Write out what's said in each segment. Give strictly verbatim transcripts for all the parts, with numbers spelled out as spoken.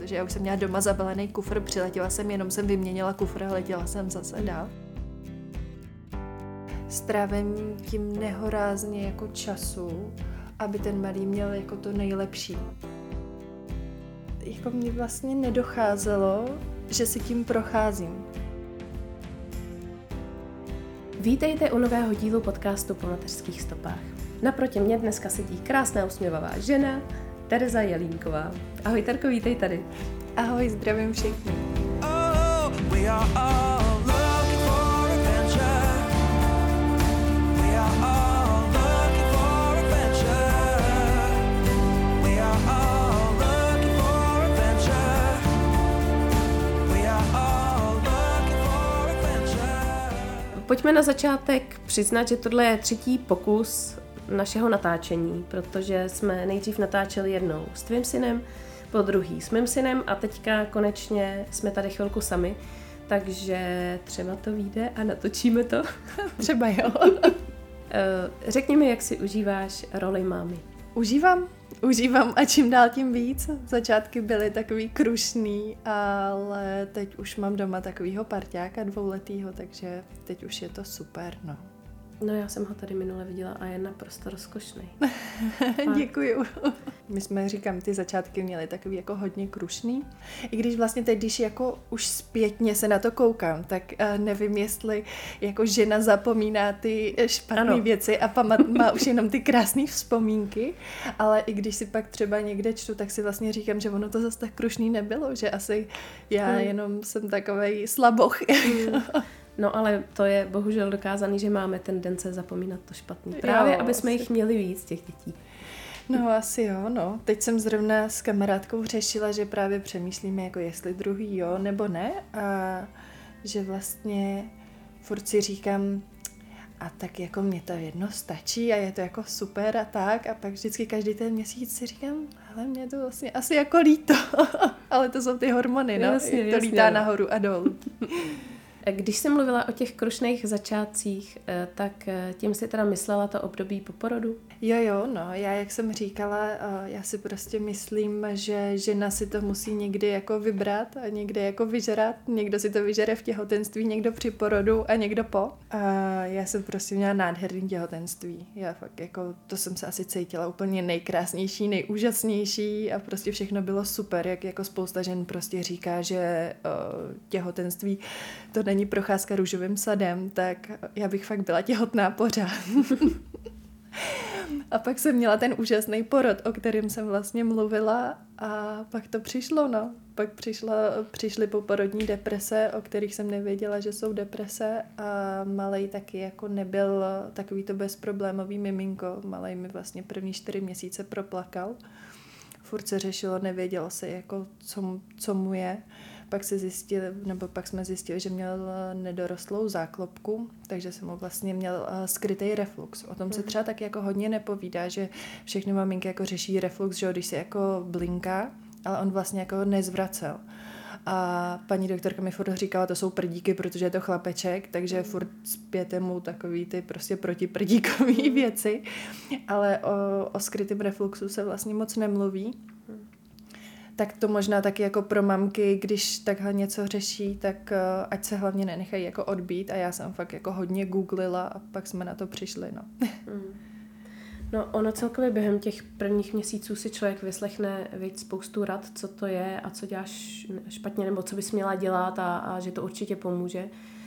protože já už jsem měla doma zabalený kufr, přiletěla jsem, jenom jsem vyměnila kufr a letěla jsem zase dál. Strávím tím nehorázně jako času, aby ten malý měl jako to nejlepší. Jako mi vlastně nedocházelo, že si tím procházím. Vítejte u nového dílu podcastu Po mateřských stopách. Naproti mě dneska sedí krásná usměvavá žena, Tereza Jelínková. Ahoj Terko, vítej tady. Ahoj, zdravím všechny. Oh, we are all looking for adventure. We are all looking for adventure. We are all looking for adventure. We are all looking for adventure. Pojďme na začátek přiznat, že tohle je třetí pokus našeho natáčení, protože jsme nejdřív natáčeli jednou s tvým synem, po druhý s mým synem a teďka konečně jsme tady chvilku sami, takže třeba to vyjde a natočíme to. Třeba jo. Řekni mi, jak si užíváš roli mámy. Užívám, užívám a čím dál tím víc. Začátky byly takový krušný, ale teď už mám doma takovýho parťáka dvouletýho, takže teď už je to super, no. No já jsem ho tady minule viděla a je naprosto rozkošný. Děkuju. My jsme, říkám, ty začátky měly takový jako hodně krušný. I když vlastně teď, když jako už zpětně se na to koukám, tak uh, nevím, jestli jako žena zapomíná ty špatné věci a pamat, má už jenom ty krásné vzpomínky, ale i když si pak třeba někde čtu, tak si vlastně říkám, že ono to zase tak krušný nebylo, že asi já hmm. jenom jsem takovej slaboch. Hmm. No ale to je bohužel dokázaný, že máme tendence zapomínat to špatný. Právě, jo, aby jsme asi jich měli víc, těch dětí. No asi jo, no. Teď jsem zrovna s kamarádkou řešila, že právě přemýšlíme, jako jestli druhý jo nebo ne a že vlastně furt si říkám, a tak jako mě to jedno stačí a je to jako super a tak a pak vždycky každý ten měsíc si říkám, ale mě to vlastně asi jako líto, ale to jsou ty hormony, no, jasně, jak to jasně, lítá no. nahoru a dolů. Když jsem mluvila o těch krušných začátcích, tak tím si teda myslela to období po porodu? Jo, jo, no, já jak jsem říkala, já si prostě myslím, že žena si to musí někdy jako vybrat a někdy jako vyžrat. Někdo si to vyžere v těhotenství, někdo při porodu a někdo po. A já jsem prostě měla nádherný těhotenství. Já fakt jako, to jsem se asi cítila úplně nejkrásnější, nejúžasnější a prostě všechno bylo super, jak jako spousta žen prostě říká, že uh, těhotenství to není procházka růžovým sadem, tak já bych fakt byla těhotná pořád. A pak jsem měla ten úžasný porod, o kterém jsem vlastně mluvila a pak to přišlo, no. Pak přišla, přišly poporodní deprese, o kterých jsem nevěděla, že jsou deprese a malej taky jako nebyl takový to bezproblémový miminko. Malej mi vlastně první čtyři měsíce proplakal. Furt se řešilo, nevědělo se, jako, co, co mu je. Pak se zjistili, nebo pak jsme zjistili, že měl nedorostlou záklopku, takže jsem mu vlastně měl skrytý reflux. O tom se třeba tak jako hodně nepovídá, že všechny maminky jako řeší reflux, že když se jako blinká, ale on vlastně jako nezvracel. A paní doktorka mi furt říkala, to jsou prdíky, protože je to chlapeček, takže furt zpěte mu takový ty prostě protiprdíkový věci, ale o, o skrytém refluxu se vlastně moc nemluví. Tak to možná taky jako pro mamky, když takhle něco řeší, tak uh, ať se hlavně nenechají jako odbít a já jsem fakt jako hodně googlila a pak jsme na to přišli, no. Hmm. No ono celkově během těch prvních měsíců si člověk vyslechne víc spoustu rad, co to je a co děláš špatně nebo co bys měla dělat a, a že to určitě pomůže.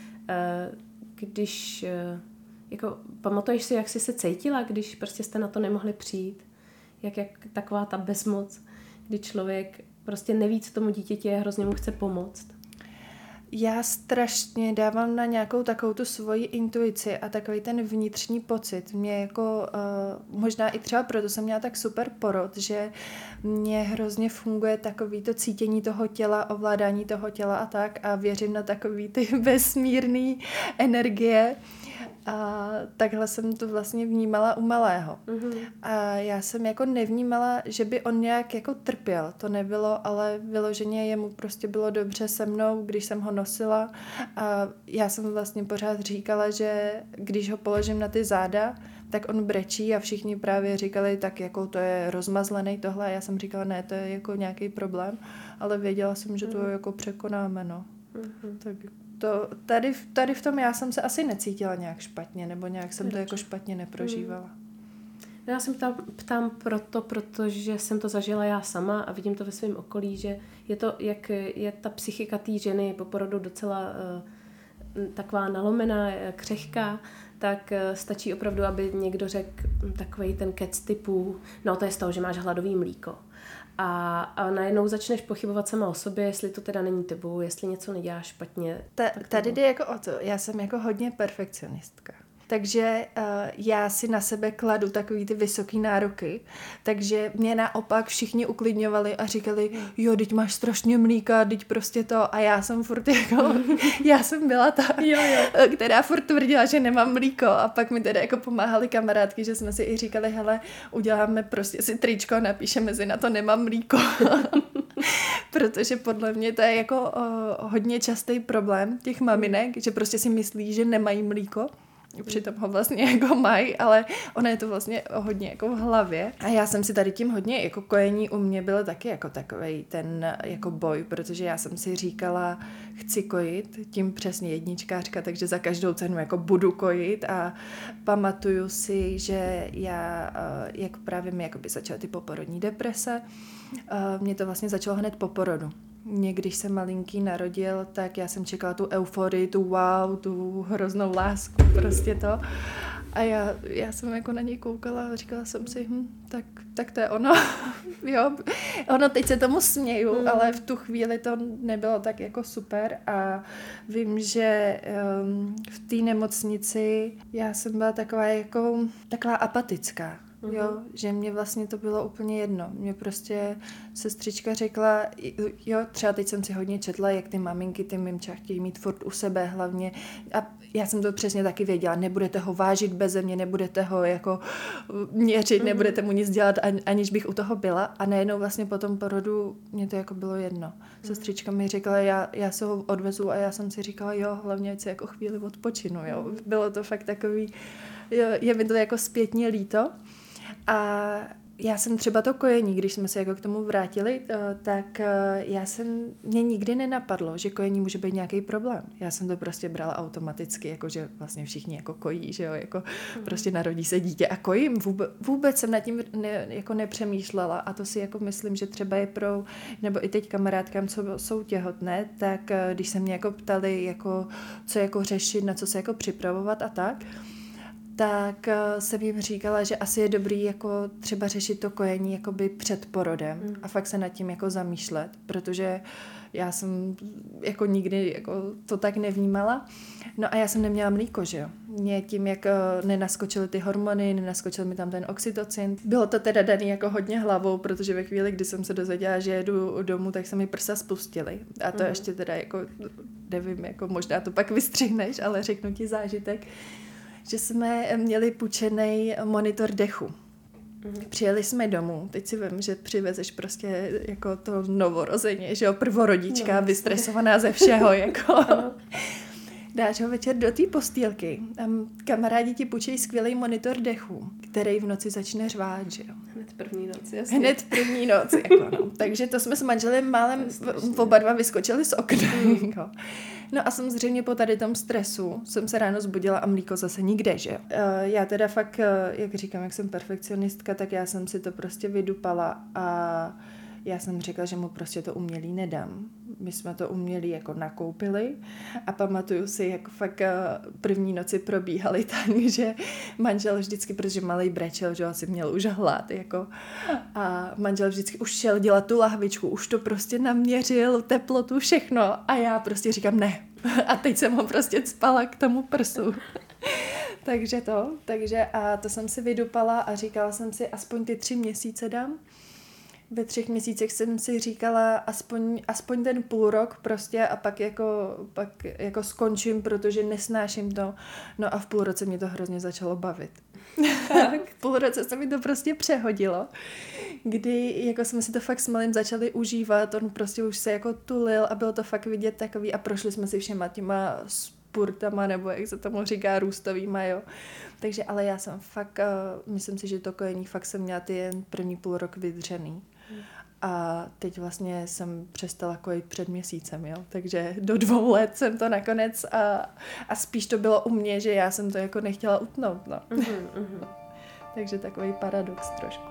Když, jako pamatuješ si, jak jsi se cítila, když prostě jste na to nemohli přijít? Jak, jak taková ta bezmoc, kdy člověk prostě neví, co tomu dítěti je, hrozně mu chce pomoct. Já strašně dávám na nějakou takovou tu svoji intuici a takový ten vnitřní pocit. Mě jako, uh, možná i třeba proto jsem měla tak super porod, že mě hrozně funguje takový to cítění toho těla, ovládání toho těla a tak a věřím na takový ty vesmírný energie. A takhle jsem to vlastně vnímala u malého. Mm-hmm. A já jsem jako nevnímala, že by on nějak jako trpěl. To nebylo, ale vyloženě jemu prostě bylo dobře se mnou, když jsem ho nosila. A já jsem vlastně pořád říkala, že když ho položím na ty záda, tak on brečí a všichni právě říkali, tak jako to je rozmazlený tohle. A já jsem říkala, ne, to je jako nějaký problém, ale věděla jsem, že to mm. jako překonáme, no. Mm-hmm. Tak to, tady, tady v tom já jsem se asi necítila nějak špatně, nebo nějak jsem to jako špatně neprožívala. Mm. Já se ptám, ptám proto, protože jsem to zažila já sama a vidím to ve svém okolí, že je to, jak je ta psychika té ženy po porodu docela uh, taková nalomená, křehká, tak uh, stačí opravdu, aby někdo řekl takovej ten kec typu, no to je z toho, že máš hladový mlíko. A, a najednou začneš pochybovat sama o sobě, jestli to teda není tebou, jestli něco neděláš špatně. Ta, tady jde jako o to, já jsem jako hodně perfekcionistka. Takže uh, já si na sebe kladu takový ty vysoký nároky, takže mě naopak všichni uklidňovali a říkali, jo, teď máš strašně mlíka, teď prostě to, a já jsem furt jako, já jsem byla ta, jo, jo. která furt tvrdila, že nemám mlíko, a pak mi teda jako pomáhali kamarádky, že jsme si i říkali, hele, uděláme prostě si tričko a napíšeme si na to nemám mlíko. Protože podle mě to je jako uh, hodně častý problém těch maminek, že prostě si myslí, že nemají mlíko. Přitom ho vlastně jako mají, ale ono je to vlastně hodně jako v hlavě. A já jsem si tady tím hodně, jako kojení u mě bylo taky jako takovej ten jako boj, protože já jsem si říkala, chci kojit, tím přesně jedničkářka, takže za každou cenu jako budu kojit, a pamatuju si, že já, jak právě mi jakoby začaly ty poporodní deprese, mě to vlastně začalo hned po porodu. Mě, když se malinký narodil, tak já jsem čekala tu euforii, tu wow, tu hroznou lásku, prostě to. A já, já jsem jako na něj koukala a říkala jsem si, hm, tak, tak to je ono. Jo, ono, teď se tomu směju, mm. ale v tu chvíli to nebylo tak jako super, a vím, že um, v té nemocnici já jsem byla taková jako, taková apatická. Jo, že mě vlastně to bylo úplně jedno. Mě prostě sestřička řekla, jo, třeba teď jsem si hodně četla, jak ty maminky, ty mimča chtějí mít furt u sebe hlavně. A já jsem to přesně taky věděla, nebudete ho vážit beze mě, nebudete ho jako měřit, mm-hmm. nebudete mu nic dělat, aniž bych u toho byla. A najednou vlastně po tom porodu mě to jako bylo jedno. Mm-hmm. Sestřička mi řekla, já, já se ho odvezu, a já jsem si říkala, jo, hlavně ať se jako chvíli odpočinu, jo. Mm-hmm. Bylo to fakt takový, jo, je mi to jako zpětně líto. A já jsem třeba to kojení, když jsme se jako k tomu vrátili, tak já jsem, mě nikdy nenapadlo, že kojení může být nějaký problém. Já jsem to prostě brala automaticky, jako že vlastně všichni jako kojí, že jo, jako mm. prostě narodí se dítě a kojím. Vůbec, vůbec jsem nad tím ne, jako nepřemýšlela, a to si jako myslím, že třeba je pro, nebo i teď kamarádkám, co jsou těhotné, tak když se mě jako ptali, jako, co jako řešit, na co se jako připravovat a tak, tak jsem jim říkala, že asi je dobrý jako třeba řešit to kojení jakoby před porodem mm. a fakt se nad tím jako zamýšlet, protože já jsem jako nikdy jako to tak nevnímala. No a já jsem neměla mlíko, že jo. Mě tím, jak nenaskočily ty hormony, nenaskočil mi tam ten oxytocin. Bylo to teda daný jako hodně hlavou, protože ve chvíli, kdy jsem se dozvěděla, že jedu domů, tak se mi prsa spustily. A to mm. ještě teda jako, nevím, jako možná to pak vystřihneš, ale řeknu ti zážitek, že jsme měli půjčený monitor dechu. Mm. Přijeli jsme domů, teď si vím, že přivezeš prostě jako to novorozeně, že jo, prvorodička, no, vystresovaná ze všeho, jako. Dáš ho večer do té postýlky a kamarádi ti půjčejí skvělý monitor dechu, který v noci začne řvát, že jo. Hned první noc, jasně. Hned první noc, jako no. Takže to jsme s manželem málem oba dva vyskočili z okna, mm. jako. No a samozřejmě po tady tom stresu jsem se ráno zbudila a mlíko zase nikde, že jo. Já teda fakt, jak říkám, jak jsem perfekcionistka, tak já jsem si to prostě vydupala a já jsem řekla, že mu prostě to umělý nedám. My jsme to umělý jako nakoupili a pamatuju si, jak fakt první noci probíhaly tak, že manžel vždycky, protože malej brečel, že asi měl už hlad, jako, a manžel vždycky už šel dělat tu lahvičku, už to prostě naměřil, teplotu, všechno, a já prostě říkám ne. A teď jsem ho prostě cpala k tomu prsu. Takže to, takže a to jsem si vydupala a říkala jsem si, aspoň ty tři měsíce dám. Ve třech měsících jsem si říkala aspoň, aspoň ten půl rok prostě a pak jako, pak jako skončím, protože nesnáším to. No a v půl roce mě to hrozně začalo bavit. Tak. V půl roce se mi to prostě přehodilo, kdy jako jsme si to fakt s malým začali užívat, on prostě už se jako tulil a bylo to fakt vidět takový a prošli jsme si všema těma purtama, nebo jak se tomu říká, růstovýma, jo. Takže, ale já jsem fakt, uh, myslím si, že to kojení fakt jsem měla ty jen první půl rok vydřený. Hmm. A teď vlastně jsem přestala kojit před měsícem, jo. Takže do dvou let jsem to nakonec a, a spíš to bylo u mě, že já jsem to jako nechtěla utnout, no. Mm-hmm, mm-hmm. Takže takový paradox trošku.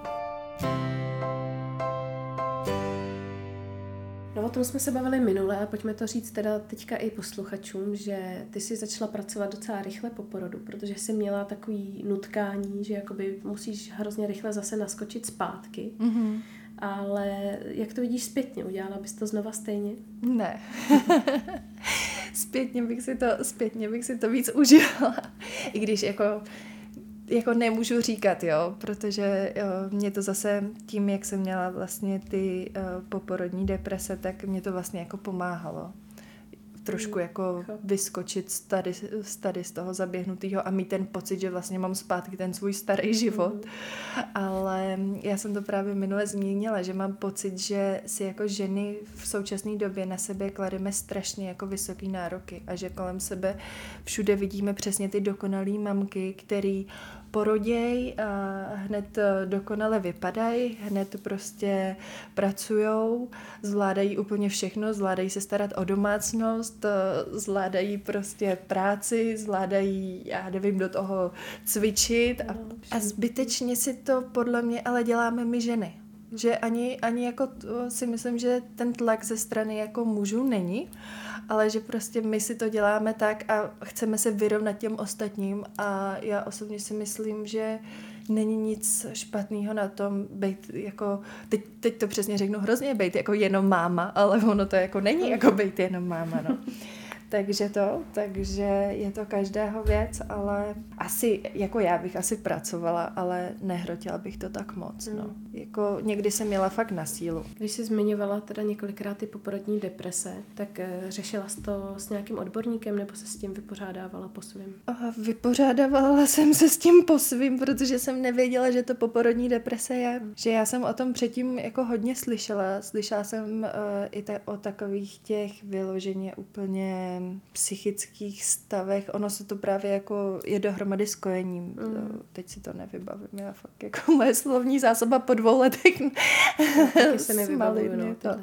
No o tom jsme se bavili minule a pojďme to říct teda teďka i posluchačům, že ty jsi začala pracovat docela rychle po porodu, protože jsi měla takový nutkání, že jakoby musíš hrozně rychle zase naskočit zpátky. Mm-hmm. Ale jak to vidíš zpětně? Udělala bys to znova stejně? Ne. zpětně, bych si to, zpětně bych si to víc užila. I když jako, jako nemůžu říkat, jo, protože jo, mě to zase tím, jak jsem měla vlastně ty uh, poporodní deprese, tak mě to vlastně jako pomáhalo. Trošku jako vyskočit z tady, z tady z toho zaběhnutého a mít ten pocit, že vlastně mám zpátky ten svůj starý život. Mm. Ale já jsem to právě minule zmínila, že mám pocit, že si jako ženy v současné době na sebe klademe strašně jako vysoký nároky a že kolem sebe všude vidíme přesně ty dokonalý mamky, který poroděj a hned dokonale vypadají, hned prostě pracujou, zvládají úplně všechno, zvládají se starat o domácnost, zvládají prostě práci, zvládají, já nevím, do toho cvičit a, a zbytečně si to podle mě ale děláme my ženy. Že ani, ani jako si myslím, že ten tlak ze strany jako mužů není, ale že prostě my si to děláme tak a chceme se vyrovnat těm ostatním a já osobně si myslím, že není nic špatného na tom být jako, teď, teď to přesně řeknu hrozně, být jako jenom máma, ale ono to jako není jako být jenom máma, no. Takže to, takže je to každého věc, ale asi, jako já bych asi pracovala, ale nehrotila bych to tak moc, no. Mm. Jako někdy jsem měla fakt na sílu. Když jsi zmiňovala teda několikrát ty poporodní deprese, tak řešila jsi to s nějakým odborníkem, nebo se s tím vypořádávala po svým? Vypořádávala jsem se s tím po svým, protože jsem nevěděla, že to poporodní deprese je. Že já jsem o tom předtím jako hodně slyšela. Slyšela jsem uh, i ta, o takových těch vyloženě úplně psychických stavech. Ono se to právě jako je dohromady s kojením. Mm. Teď si to nevybavím. Já fakt jako moje slovní zásoba po dvou letech taky se nevybavuju, no, to.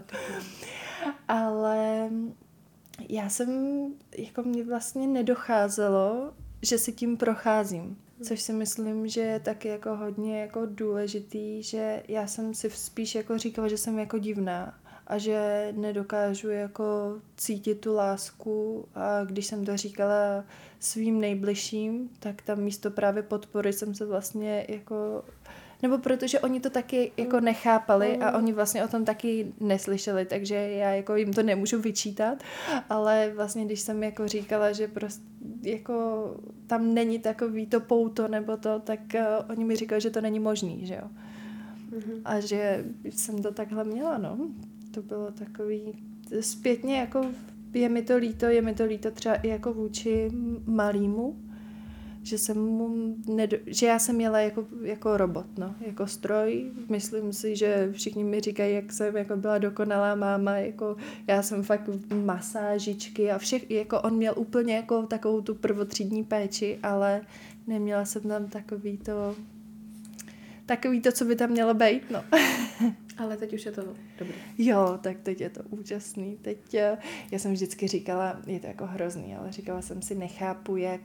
Ale já jsem, jako mě vlastně nedocházelo, že si tím procházím. Což si myslím, že je taky jako hodně jako důležitý, že já jsem si spíš jako říkala, že jsem jako divná a že nedokážu jako cítit tu lásku a když jsem to říkala svým nejbližším, tak tam místo právě podpory jsem se vlastně jako, nebo protože oni to taky jako nechápali a oni vlastně o tom taky neslyšeli, takže já jako jim to nemůžu vyčítat, ale vlastně když jsem jako říkala, že prostě jako tam není takový to pouto nebo to, tak uh, oni mi říkali, že to není možný, že jo. Mm-hmm. A že jsem to takhle měla, no. To bylo takový zpětně jako je mi to líto, je mi to líto třeba i jako vůči malýmu, že jsem mu nedo, že já jsem měla jako, jako robot, no, jako stroj. Myslím si, že všichni mi říkají, jak jsem jako byla dokonalá máma, jako já jsem fakt masážičky a všech, jako on měl úplně jako takovou tu prvotřídní péči, ale neměla jsem tam takový to, takový to, co by tam mělo být, no. Ale teď už je to dobrý. Jo, tak teď je to úžasný. Teď, já jsem vždycky říkala, je to jako hrozný, ale říkala jsem si, nechápu, jak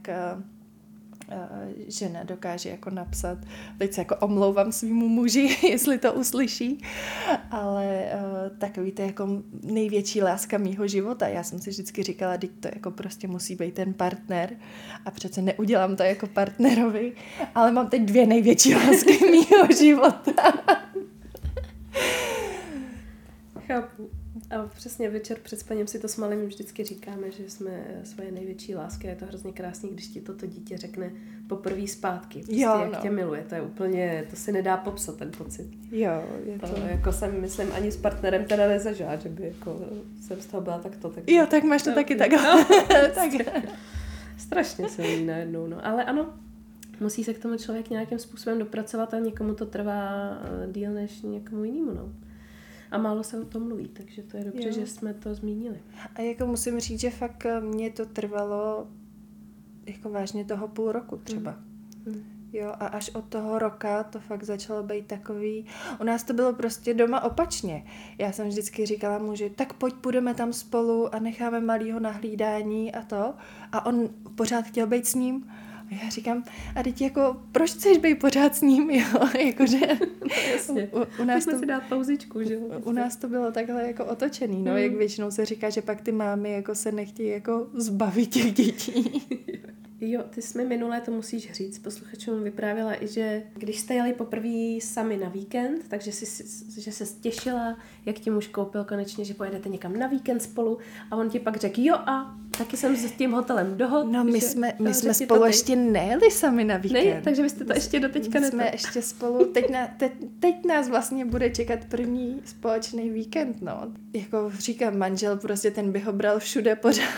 žena dokáže jako napsat, teď se jako omlouvám svýmu muži, jestli to uslyší, ale uh, takový to jako největší láska mýho života. Já jsem si vždycky říkala, teď to jako prostě musí být ten partner a přece neudělám to jako partnerovi, ale mám teď dvě největší lásky mýho života. Chápu. A přesně večer před spaním si to s malým vždycky říkáme, že jsme svoje největší lásky. Je to hrozně krásný, když ti toto dítě řekne poprvé zpátky. Prostě jo, jak no. tě miluje. To je úplně, to si nedá popsat ten pocit. Jo, je to... to... Jako jsem, myslím, ani s partnerem teda nezažila, že by jako jsem z toho byla takto. Tak... Jo, tak máš to no, taky takhle. No, tak. Strašně silný najednou, no. Ale ano, musí se k tomu člověk nějakým způsobem dopracovat a někomu to trvá díl než někomu jinému, no. A málo se o tom mluví, takže to je dobře, jo. Že jsme to zmínili. A jako musím říct, že fakt mě to trvalo jako vážně toho půl roku třeba. Mm. Jo, a až od toho roka to fakt začalo být takový, u nás to bylo prostě doma opačně. Já jsem vždycky říkala muži, tak pojď, půjdeme tam spolu a necháme malýho na hlídání a to. A on pořád chtěl být s ním. A já říkám, a teď jako, proč chceš být pořád s ním, jo, jakože... Jasně, u, u nás to, to, si dát pauzičku, že jo? U nás to bylo takhle jako otočený, no, mm. jak většinou se říká, že pak ty mámy jako se nechtějí jako zbavit těch dětí. Jo, ty jsi mi minulé, to musíš říct, posluchačům vyprávěla i, že když jste jeli poprvé sami na víkend, takže jsi, že se těšila, jak ti muž koupil konečně, že pojedete někam na víkend spolu a on ti pak řekl, jo a taky jsem s tím hotelem dohod. No my že, jsme, my no, jsme spolu ještě nejeli sami na víkend. Ne, takže vy jste to ještě doteďka my neto. jsme ještě spolu, teď, na, teď, teď nás vlastně bude čekat první společný víkend, no. Jako říkám, manžel prostě ten by ho bral všude pořád.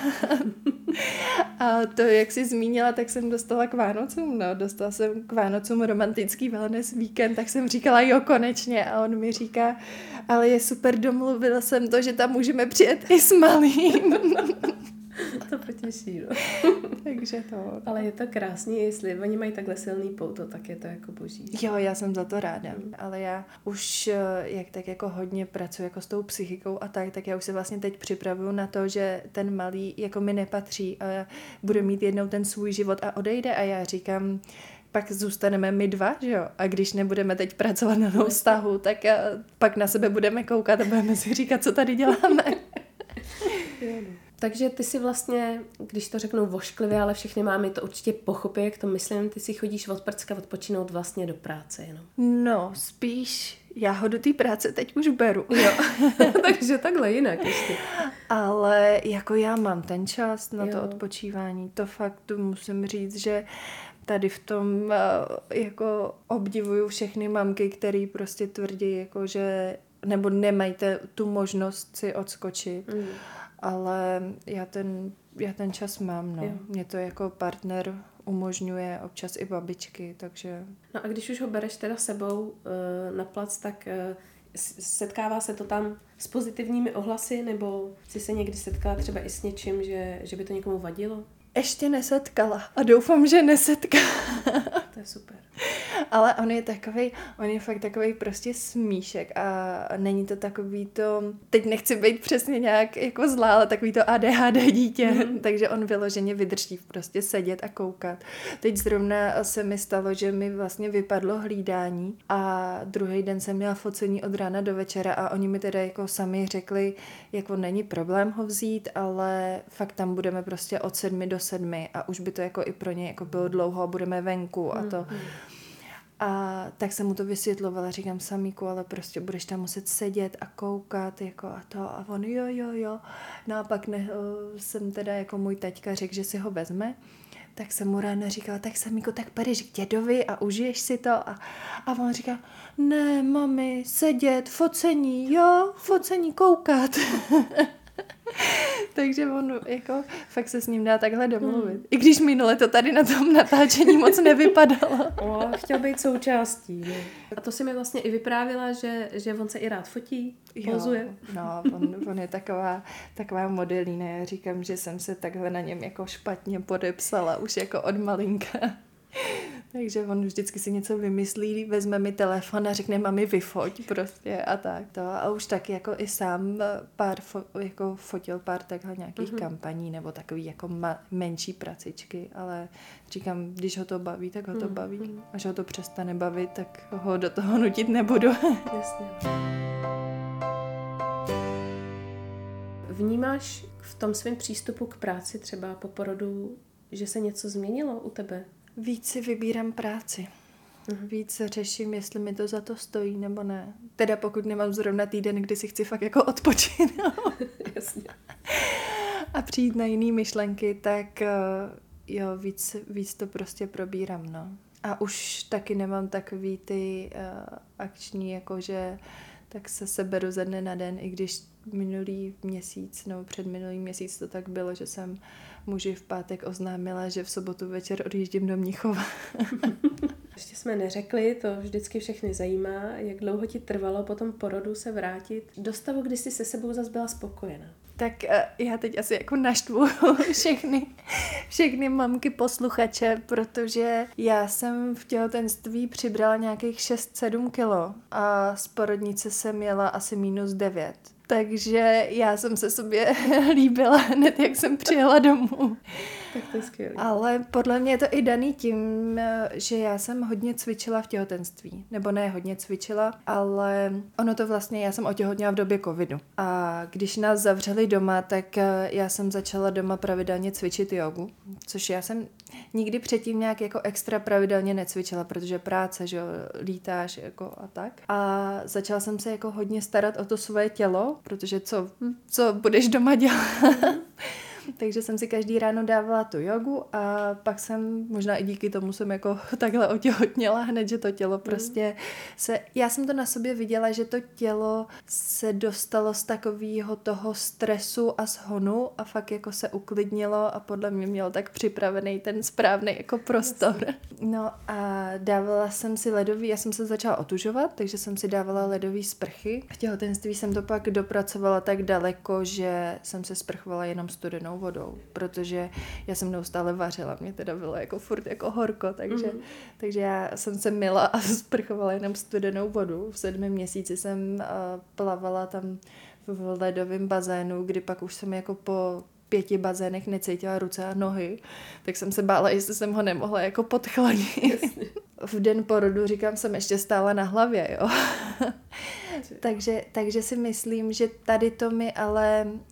A to, jak jsi zmínila, tak jsem dostala k Vánocům, no. Dostala jsem k Vánocům romantický wellness víkend, tak jsem říkala, jo, konečně. A on mi říká, ale je super, domluvila jsem to, že tam můžeme přijet i s malým. To potěší, no. Takže to. Ale je to krásný, jestli oni mají takhle silný pouto, tak je to jako boží. Jo, já jsem za to ráda, mm. ale já už jak tak jako hodně pracuji jako s tou psychikou a tak, tak já už se vlastně teď připravuju na to, že ten malý jako mi nepatří a bude mít jednou ten svůj život a odejde a já říkám, pak zůstaneme my dva, že jo? A když nebudeme teď pracovat na tom vztahu, tak pak na sebe budeme koukat a budeme si říkat, co tady děláme. Takže ty si vlastně, když to řeknu vošklivě, ale všechny mámy to určitě pochopí, jak to myslím, ty si chodíš od prcka odpočinout vlastně do práce jenom. No, spíš já ho do té práce teď už beru. Jo, takže takhle jinak ještě. Ale jako já mám ten čas na jo. to odpočívání, to fakt musím říct, že tady v tom jako obdivuju všechny mamky, které prostě tvrdí, jako že nebo nemají te, tu možnost si odskočit. Mm. Ale já ten, já ten čas mám, no. Jo. Mě to jako partner umožňuje, občas i babičky, takže... No a když už ho bereš teda sebou uh, na plac, tak uh, setkává se to tam s pozitivními ohlasy, nebo jsi se někdy setkala třeba i s něčím, že, že by to někomu vadilo? Ještě nesetkala a doufám, že nesetká. To je super. Ale on je takovej, on je fakt takovej prostě smíšek a není to takový to, teď nechci být přesně nějak jako zlá, ale takový to A D H D dítě, mm. takže on vyloženě vydrží prostě sedět a koukat. Teď zrovna se mi stalo, že mi vlastně vypadlo hlídání a druhý den jsem měla focení od rána do večera a oni mi teda jako sami řekli, jako není problém ho vzít, ale fakt tam budeme prostě od sedmi do sedmi a už by to jako i pro ně jako bylo dlouho a budeme venku a to. Mm. A tak jsem mu to vysvětlovala, říkám, Samíku, ale prostě budeš tam muset sedět a koukat, jako a to, a on jo, jo, jo. No a pak ne, jsem teda jako můj taťka řekl, že si ho vezme, tak jsem mu ráno říkala, tak Samíku, tak půjdeš k dědovi a užiješ si to a, a on říká, ne, mami, sedět, focení, jo, focení, koukat. Takže on jako fakt se s ním dá takhle domluvit. Hmm. I když minule to tady na tom natáčení moc nevypadalo. O, chtěl být součástí. Ne? A to si mi vlastně i vyprávila, že, že on se i rád fotí, pozuje. No, on, on je taková, taková modelína. Já říkám, že jsem se takhle na něm jako špatně podepsala už jako od malinka. Takže on vždycky si něco vymyslí, vezme mi telefon a řekne, mami, vyfoť prostě a tak to. A už taky jako i sám pár fo- jako fotil pár takhle nějakých mm-hmm. kampaní nebo takový jako ma- menší pracičky, ale říkám, když ho to baví, tak ho to mm-hmm. baví. Až ho to přestane bavit, tak ho do toho nutit nebudu. Jasně. Vnímáš v tom svém přístupu k práci třeba po porodu, že se něco změnilo u tebe? Víc si vybírám práci. Víc řeším, jestli mi to za to stojí, nebo ne. Teda pokud nemám zrovna týden, kdy si chci fakt jako odpočinout. Jasně. A přijít na jiný myšlenky, tak jo, víc, víc to prostě probírám, no. A už taky nemám takový ty uh, akční, jakože tak se seberu ze dne na den, i když minulý měsíc, nebo předminulý měsíc to tak bylo, že jsem muži v pátek oznámila, že v sobotu večer odjíždím do Mnichova. Ještě jsme neřekli, to vždycky všechny zajímá, jak dlouho ti trvalo po tom porodu se vrátit do stavu, kdy jsi se sebou zase byla spokojená. Tak já teď asi jako naštvu všechny, všechny mamky posluchače, protože já jsem v těhotenství přibrala nějakých šest sedm kilo a z porodnice jsem jela asi minus devět. Takže já jsem se sobě líbila hned, jak jsem přijela domů. Tak to je skvělé. Ale podle mě je to i daný tím, že já jsem hodně cvičila v těhotenství. Nebo ne hodně cvičila, ale ono to vlastně, já jsem otěhotněla v době covidu. A když nás zavřeli doma, tak já jsem začala doma pravidelně cvičit jogu, což já jsem nikdy předtím nějak jako extra pravidelně necvičila, protože práce, že jo, lítáš jako a tak. A začala jsem se jako hodně starat o to svoje tělo, protože co, co budeš doma dělat? Takže jsem si každý ráno dávala tu jogu a pak jsem, možná i díky tomu jsem jako takhle otěhotněla hned, že to tělo prostě se, já jsem to na sobě viděla, že to tělo se dostalo z takového toho stresu a zhonu a fakt jako se uklidnilo a podle mě mělo tak připravený ten správný jako prostor. No a dávala jsem si ledový, já jsem se začala otužovat, takže jsem si dávala ledový sprchy. V těhotenství jsem to pak dopracovala tak daleko, že jsem se sprchovala jenom studenou vodou, protože já jsem neustále vařila, mě teda bylo jako furt jako horko, takže, mm-hmm. takže já jsem se myla a sprchovala jenom studenou vodu. V sedmi měsíci jsem uh, plavala tam v ledovém bazénu, kdy pak už jsem jako po pěti bazénech necítila ruce a nohy, tak jsem se bála, jestli jsem ho nemohla jako podchladit. V den porodu, říkám, jsem ještě stála na hlavě, jo. takže, takže si myslím, že tady to mi ale uh,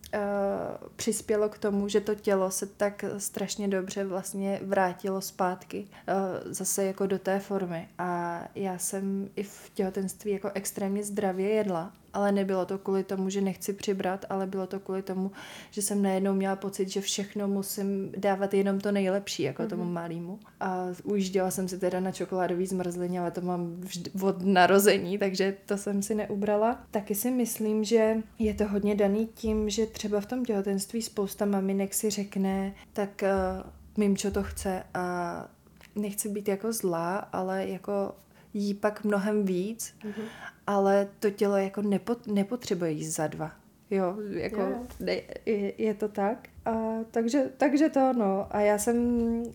přispělo k tomu, že to tělo se tak strašně dobře vlastně vrátilo zpátky uh, zase jako do té formy. A já jsem i v těhotenství jako extrémně zdravě jedla, ale nebylo to kvůli tomu, že nechci přibrat, ale bylo to kvůli tomu, že jsem najednou měla pocit, že všechno musím dávat jenom to nejlepší, jako mm-hmm. tomu malýmu. A ujížděla jsem si teda na čokoládový zmrzlině, ale to mám vždy od narození, takže to jsem si neubrala. Taky si myslím, že je to hodně daný tím, že třeba v tom těhotenství spousta maminek si řekne, tak uh, mimčo to chce a nechci být jako zlá, ale jako jí pak mnohem víc, mm-hmm. ale to tělo jako nepo, nepotřebuje jíst za dva. Jo, jako yeah. ne, je, je to tak. A takže, takže to no. A já jsem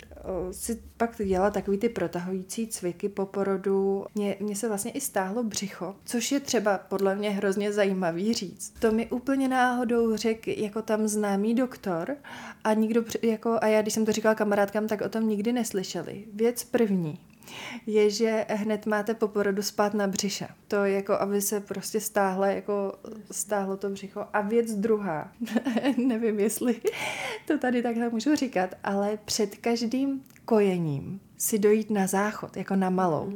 o, si pak dělala takový ty protahující cviky po porodu. Mně, mně se vlastně i stáhlo břicho, což je třeba podle mě hrozně zajímavý říct. To mi úplně náhodou řekl jako tam známý doktor a nikdo, jako, a já když jsem to říkala kamarádkám, tak o tom nikdy neslyšeli. Věc první je, že hned máte po porodu spát na břiše. To je jako, aby se prostě stáhlo, jako stáhlo to břicho. A věc druhá, nevím, jestli to tady takhle můžu říkat, ale před každým kojením si dojít na záchod, jako na malou.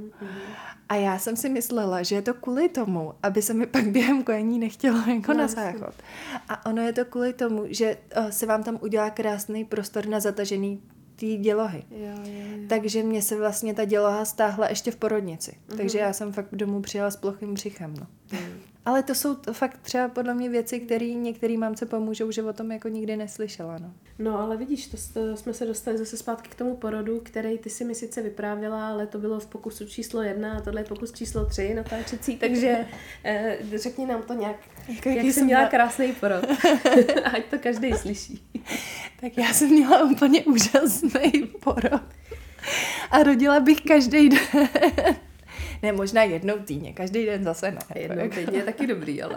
A já jsem si myslela, že je to kvůli tomu, aby se mi pak během kojení nechtělo jako no, na záchod. A ono je to kvůli tomu, že se vám tam udělá krásný prostor na zatažený ty dělohy. Jo, jo, jo. Takže mě se vlastně ta děloha stáhla ještě v porodnici. Uh-huh. Takže já jsem fakt domů přijela s plochým břichem. No. Uh-huh. Ale to jsou to fakt třeba podle mě věci, které některý mámce pomůžou, že o tom jako nikdy neslyšela. No, no ale vidíš, to, to jsme se dostali zase zpátky k tomu porodu, který ty si mi sice vyprávěla, ale to bylo v pokusu číslo jedna a tohle je pokus číslo tři natáčecí, takže eh, řekni nám to nějak, jako jak jsi měla krásný porod. Ať to každý slyší. Tak já jsem měla úplně úžasný porod. A rodila bych každý den. Ne, možná jednou týdně, každý den zase ne. Jednou týdně je taky dobrý, ale...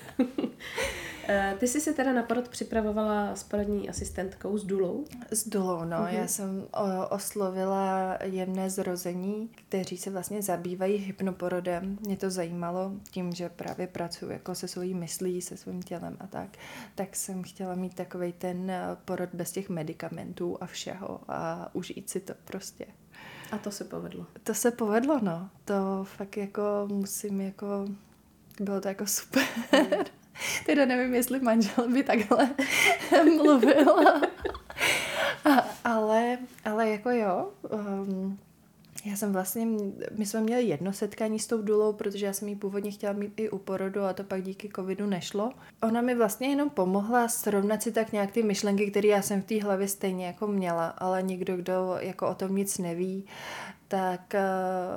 Ty jsi se teda na porod připravovala s porodní asistentkou, s dulou? S dulou, no. Uh-huh. Já jsem o, oslovila jemné zrození, kteří se vlastně zabývají hypnoporodem. Mě to zajímalo tím, že právě pracuji jako se svojí myslí, se svým tělem a tak. Tak jsem chtěla mít takovej ten porod bez těch medicamentů a všeho a užít si to prostě. A to se povedlo? To se povedlo, no. To fakt jako musím jako... Bylo to jako super. Mm. Teda nevím, jestli manžel by takhle mluvil. A, ale, ale jako jo. Um, já jsem vlastně, my jsme měli jedno setkání s tou dulou, protože já jsem jí původně chtěla mít i u porodu a to pak díky covidu nešlo. Ona mi vlastně jenom pomohla srovnat si tak nějak ty myšlenky, které já jsem v té hlavě stejně jako měla, ale někdo, kdo jako o tom nic neví, tak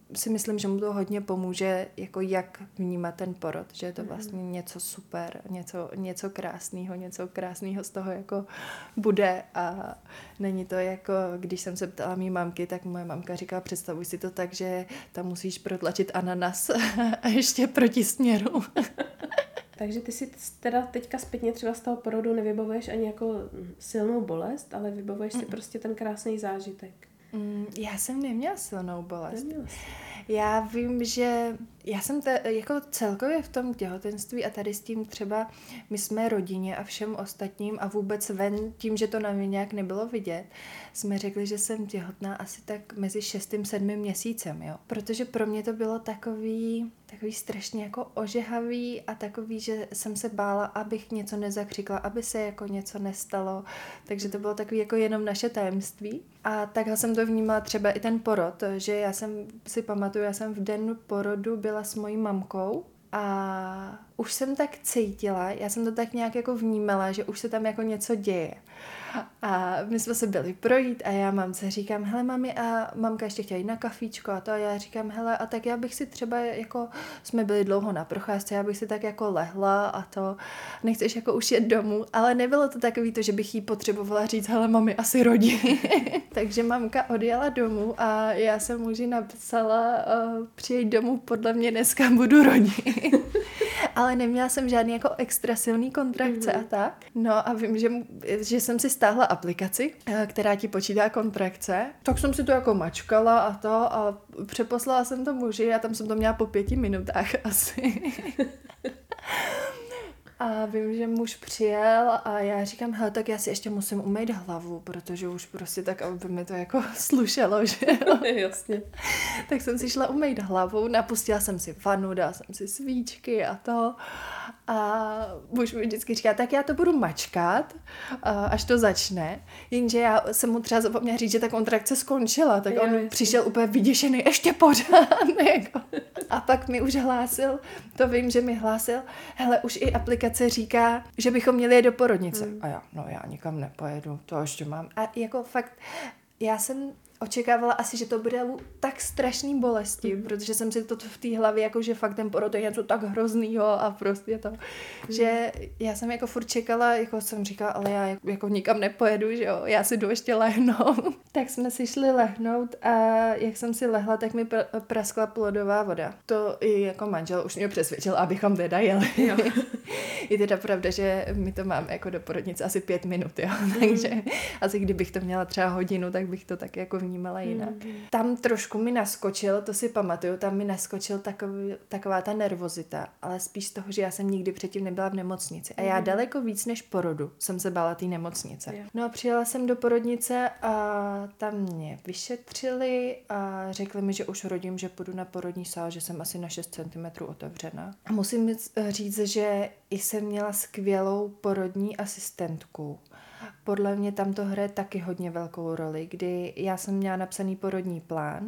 si myslím, že mu to hodně pomůže, jako jak vnímat ten porod, že je to vlastně něco super, něco, něco krásného, něco krásného z toho jako bude a není to jako, když jsem se ptala mý mamky, tak moje mamka říkala, představuj si to tak, že tam musíš protlačit ananas a ještě proti směru. Takže ty si teda teďka zpětně třeba z toho porodu nevybavuješ ani jako silnou bolest, ale vybavuješ si prostě ten krásný zážitek. Mm, já jsem neměla silnou bolest. Neměla jsi. Já vím, že já jsem te, jako celkově v tom těhotenství a tady s tím třeba my jsme rodině a všem ostatním a vůbec ven tím, že to na mě nějak nebylo vidět, jsme řekli, že jsem těhotná asi tak mezi šestým, sedmým měsícem, jo. Protože pro mě to bylo takový, takový strašně jako ožehavý a takový, že jsem se bála, abych něco nezakřikla, aby se jako něco nestalo. Takže to bylo takový jako jenom naše tajemství. A takhle jsem to vnímala třeba i ten porod, že já jsem si pamatuju, já jsem v den porodu byla s mojí mamkou a už jsem tak cítila, já jsem to tak nějak jako vnímala, že už se tam jako něco děje. A my jsme se byli projít a já mamce říkám, hele mami, a mamka ještě chtěla jít na kafíčko a to a já říkám, hele, a tak já bych si třeba jako, jsme byli dlouho na procházce, já bych si tak jako lehla a to, nechceš jako už jet domů, ale nebylo to takový to, že bych jí potřebovala říct, hele mami, asi rodí. Takže mamka odjela domů a já jsem muži napsala, uh, přijeď domů, podle mě dneska budu rodit. Ale neměla jsem žádný jako extra silný kontrakce mm-hmm. a tak. No a vím, že, že jsem si stáhla aplikaci, která ti počítá kontrakce. Tak jsem si to jako mačkala a to a přeposlala jsem to muži a tam jsem to měla po pěti minutách asi. A vím, že muž přijel a já říkám, hele, tak já si ještě musím umýt hlavu, protože už prostě tak, aby mi to jako slušelo, že jo. Jasně. Tak jsem si šla umýt hlavu, napustila jsem si vanu, dala jsem si svíčky a to. A muž mi vždycky říká, tak já to budu mačkat, až to začne. Jenže já jsem mu třeba zapomněla říct, že ta kontrakce skončila, tak jo, on jasně. přišel úplně vyděšený, ještě pořád. Jako. A pak mi už hlásil, to vím, že mi hlásil, hele, už i aplikace říká, že bychom měli jít do porodnice. Hmm. A já, no já nikam nepojedu, to ještě mám. A jako fakt, já jsem očekávala asi, že to bude tak strašný bolesti, mm. protože jsem si to v té hlavě, jako že fakt ten porod je něco tak hroznýho a prostě to, mm. že já jsem jako furt čekala, jako jsem říkala, ale já jako nikam nepojedu, že jo, já si jdu ještě lehnout. Tak jsme si šli lehnout a jak jsem si lehla, tak mi pr- praskla plodová voda. To i jako manžel už mě přesvědčil, abychom teda jeli. Jo. Je teda pravda, že my to máme jako do porodnice asi pět minut, jo, mm. takže asi kdybych to měla třeba hodinu, tak bych to tak jako vnímala jinak. Mm. Tam trošku mi naskočil, to si pamatuju, tam mi naskočil takový, taková ta nervozita, ale spíš z toho, že já jsem nikdy předtím nebyla v nemocnici. A já mm. daleko víc než porodu jsem se bála té nemocnice. Yeah. No a přijela jsem do porodnice a tam mě vyšetřili a řekli mi, že už rodím, že půjdu na porodní sál, že jsem asi na šest centimetrů otevřena. A musím říct, že i jsem měla skvělou porodní asistentku. Podle mě tam to hraje taky hodně velkou roli, kdy já jsem měla napsaný porodní plán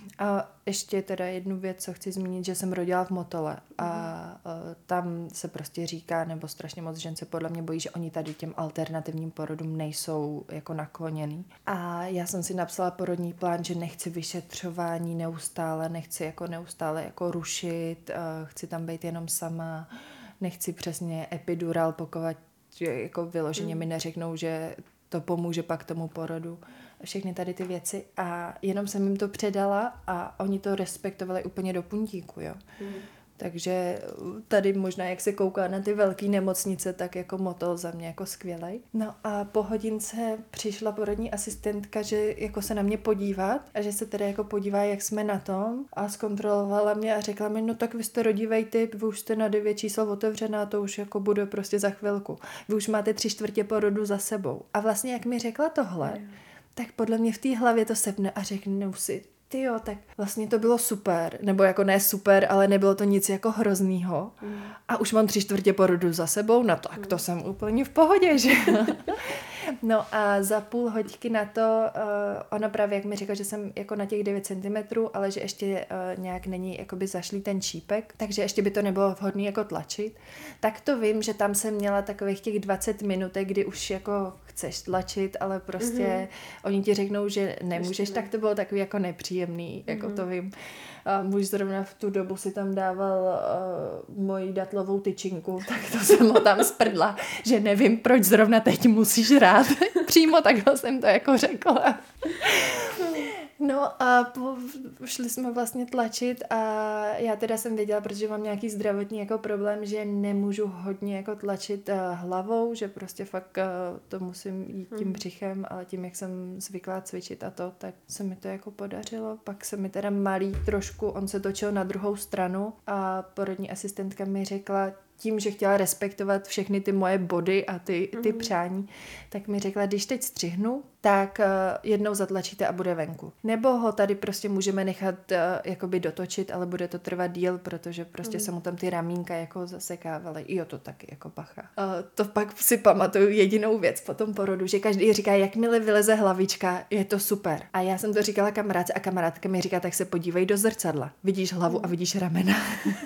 a ještě teda jednu věc, co chci zmínit, že jsem rodila v Motole a uh, tam se prostě říká, nebo strašně moc žen se podle mě bojí, že oni tady těm alternativním porodům nejsou jako nakloněný. A já jsem si napsala porodní plán, že nechci vyšetřování neustále, nechci jako neustále jako rušit, uh, chci tam být jenom sama, nechci přesně epidural, pokud že jako vyloženě mi neřeknou, že to pomůže pak tomu porodu. Všechny tady ty věci a jenom jsem jim to předala a oni to respektovali úplně do puntíku, jo. Mm. Takže tady možná, jak se kouká na ty velké nemocnice, tak jako Motol za mě jako skvělej. No a po hodince přišla porodní asistentka, že jako se na mě podívat a že se teda jako podívá, jak jsme na tom a zkontrolovala mě a řekla mi, no tak vy jste rodivej typ, vy už jste na devět číslo otevřená, to už jako bude prostě za chvilku. Vy už máte tři čtvrtě porodu za sebou. A vlastně jak mi řekla tohle, mm. tak podle mě v té hlavě to sepne a řeknu si, tyjo, tak vlastně to bylo super, nebo jako ne super, ale nebylo to nic jako hroznýho. Mm. A už mám tři čtvrtě porodu za sebou, no tak mm. to jsem úplně v pohodě, že? No a za půl hoďky na to, uh, ona právě jak mi řekla, že jsem jako na těch devět centimetrů, ale že ještě uh, nějak není jakoby zašlý ten čípek, takže ještě by to nebylo vhodné jako tlačit, tak to vím, že tam jsem měla takových těch dvacet minutek, kdy už jako chceš tlačit, ale prostě mm-hmm. oni ti řeknou, že nemůžeš, tak to bylo takový jako nepříjemný, jako mm-hmm. to vím. A muž zrovna v tu dobu si tam dával uh, moji datlovou tyčinku, tak to jsem ho tam sprdla, že nevím, proč zrovna teď musíš hrát. Přímo takhle jsem to jako řekla. No a po, šli jsme vlastně tlačit a já teda jsem věděla, protože mám nějaký zdravotní jako problém, že nemůžu hodně jako tlačit uh, hlavou, že prostě fakt uh, to musím jít tím břichem, ale tím, jak jsem zvyklá cvičit a to, tak se mi to jako podařilo. Pak se mi teda malý trošku, on se točil na druhou stranu a porodní asistentka mi řekla, tím, že chtěla respektovat všechny ty moje body a ty, ty mm. přání, tak mi řekla, když teď střihnu, tak uh, jednou zatlačíte a bude venku. Nebo ho tady prostě můžeme nechat uh, jakoby dotočit, ale bude to trvat díl, protože prostě mm. se mu tam ty ramínka jako zasekávaly. Jo, to taky jako bacha. Uh, to pak si pamatuju jedinou věc po tom porodu, že každý říká, jakmile vyleze hlavička, je to super. A já jsem to říkala kamarádce a kamarádka mi říká, tak se podívej do zrcadla. Vidíš hlavu mm. a vidíš ramena.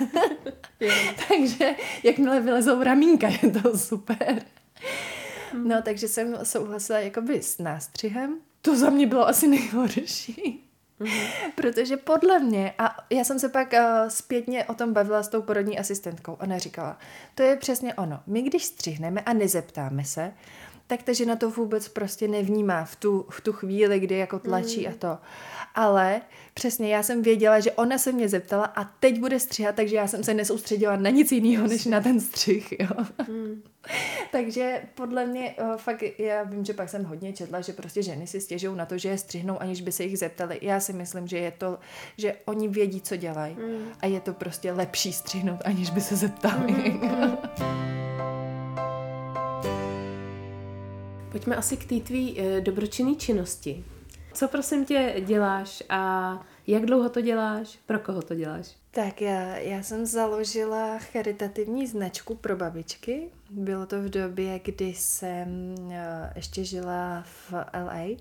Takže jakmile vylezou ramínka, je to super. No, takže jsem souhlasila jakoby s nástřihem. To za mě bylo asi nejhorší. Mm-hmm. Protože podle mě, a já jsem se pak uh, zpětně o tom bavila s tou porodní asistentkou, ona říkala, to je přesně ono. My když střihneme a nezeptáme se, tak ta žena to vůbec prostě nevnímá v tu, v tu chvíli, kdy jako tlačí mm. a to. Ale přesně já jsem věděla, že ona se mě zeptala a teď bude střihat, takže já jsem se nesoustředila na nic jiného, než na ten střih. Jo. Mm. Takže podle mě uh, fakt, já vím, že pak jsem hodně četla, že prostě ženy si stěžují na to, že je střihnou, aniž by se jich zeptali. Já si myslím, že je to, že oni vědí, co dělají mm. a je to prostě lepší střihnout, aniž by se zeptali. Mm. Pojďme asi k té tvý e, dobročinné činnosti. Co prosím tě děláš a jak dlouho to děláš? Pro koho to děláš? Tak já, já jsem založila charitativní značku pro babičky. Bylo to v době, kdy jsem uh, ještě žila v L A